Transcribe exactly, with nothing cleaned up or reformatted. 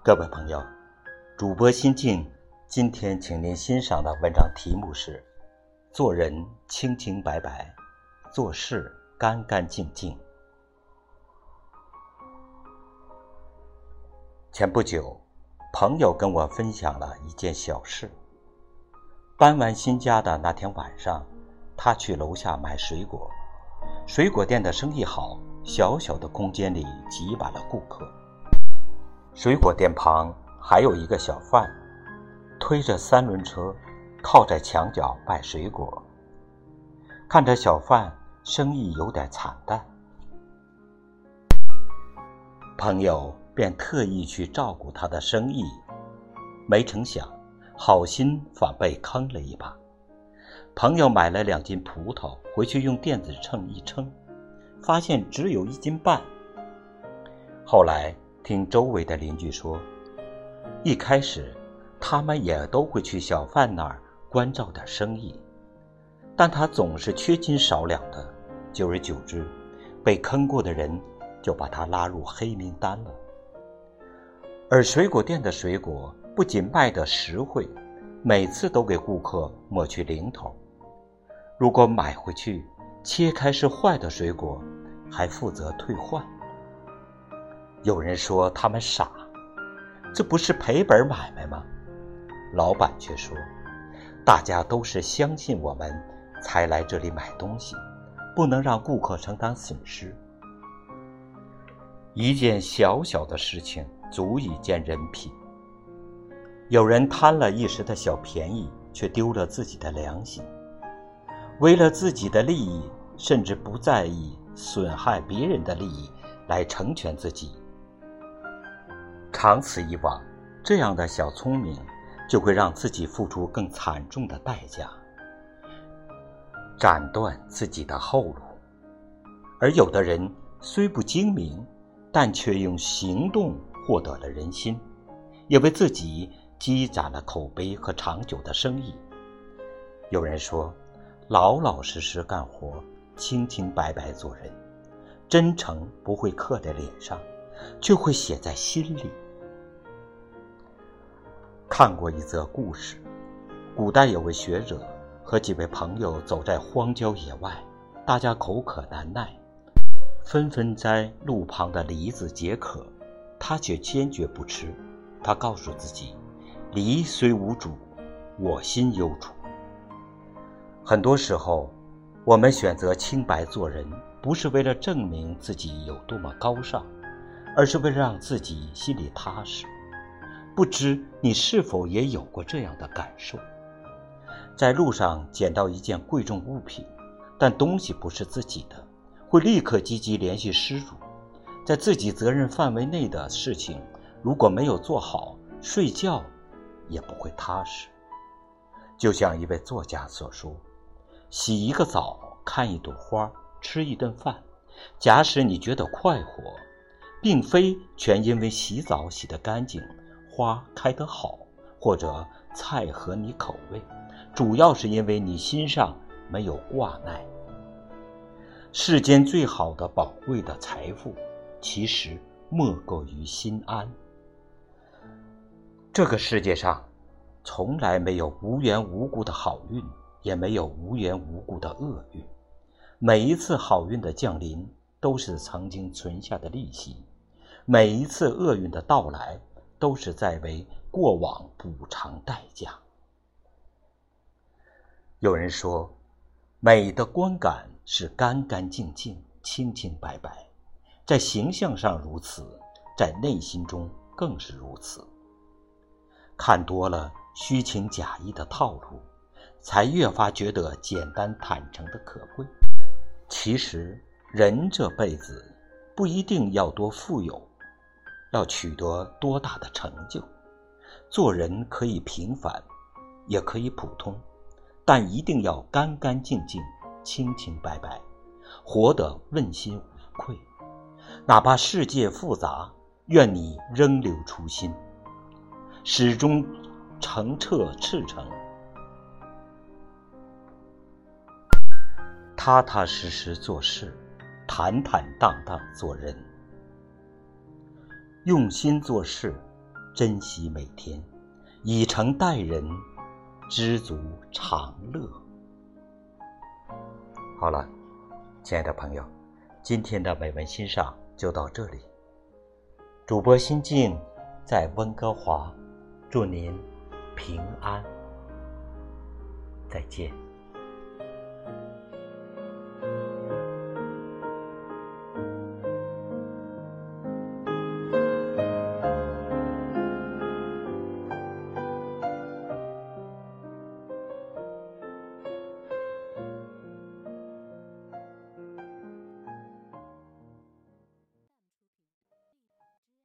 各位朋友，主播心静今天请您欣赏的文章题目是做人清清白白，做事干干净净。前不久，朋友跟我分享了一件小事。搬完新家的那天晚上，他去楼下买水果，水果店的生意好，小小的空间里挤满了顾客。水果店旁还有一个小贩，推着三轮车，靠在墙角卖水果。看着小贩生意有点惨淡，朋友便特意去照顾他的生意，没成想好心反被坑了一把。朋友买了两斤葡萄回去用电子秤一称，发现只有一斤半。后来听周围的邻居说，一开始他们也都会去小贩那儿关照点生意，但他总是缺斤少两的，久而久之，被坑过的人就把他拉入黑名单了。而水果店的水果不仅卖得实惠，每次都给顾客抹去零头，如果买回去切开是坏的水果，还负责退换。有人说他们傻，这不是赔本买卖吗？老板却说，大家都是相信我们才来这里买东西，不能让顾客承担损失。一件小小的事情足以见人品。有人贪了一时的小便宜，却丢了自己的良心，为了自己的利益，甚至不在意损害别人的利益来成全自己。长此以往，这样的小聪明就会让自己付出更惨重的代价，斩断自己的后路。而有的人虽不精明，但却用行动获得了人心，也为自己积攒了口碑和长久的生意。有人说，老老实实干活，清清白白做人，真诚不会刻在脸上，却会写在心里。看过一则故事，古代有位学者和几位朋友走在荒郊野外，大家口渴难耐，纷纷摘路旁的梨子解渴，他却坚决不吃。他告诉自己，梨虽无主，我心有主。很多时候，我们选择清白做人，不是为了证明自己有多么高尚，而是为了让自己心里踏实。不知你是否也有过这样的感受？在路上捡到一件贵重物品，但东西不是自己的，会立刻积极联系失主。在自己责任范围内的事情，如果没有做好，睡觉也不会踏实。就像一位作家所说，洗一个澡，看一朵花，吃一顿饭，假使你觉得快活，并非全因为洗澡洗得干净，花开得好，或者菜合你口味，主要是因为你心上没有挂碍。世间最好的宝贵的财富，其实莫过于心安。这个世界上从来没有无缘无故的好运，也没有无缘无故的厄运。每一次好运的降临，都是曾经存下的利息；每一次厄运的到来，都是在为过往补偿代价。有人说，美的观感是干干净净、清清白白，在形象上如此，在内心中更是如此。看多了虚情假意的套路，才越发觉得简单坦诚的可贵。其实人这辈子不一定要多富有，要取得多大的成就。做人可以平凡，也可以普通，但一定要干干净净、清清白白，活得问心无愧。哪怕世界复杂，愿你仍留初心，始终澄澈赤诚，踏踏实实做事，坦坦荡荡做人。用心做事， 珍惜每天，以诚待人，知足常乐。好了，亲爱的朋友，今天的美文欣赏就到这里。主播心静在温哥华，祝您平安，再见。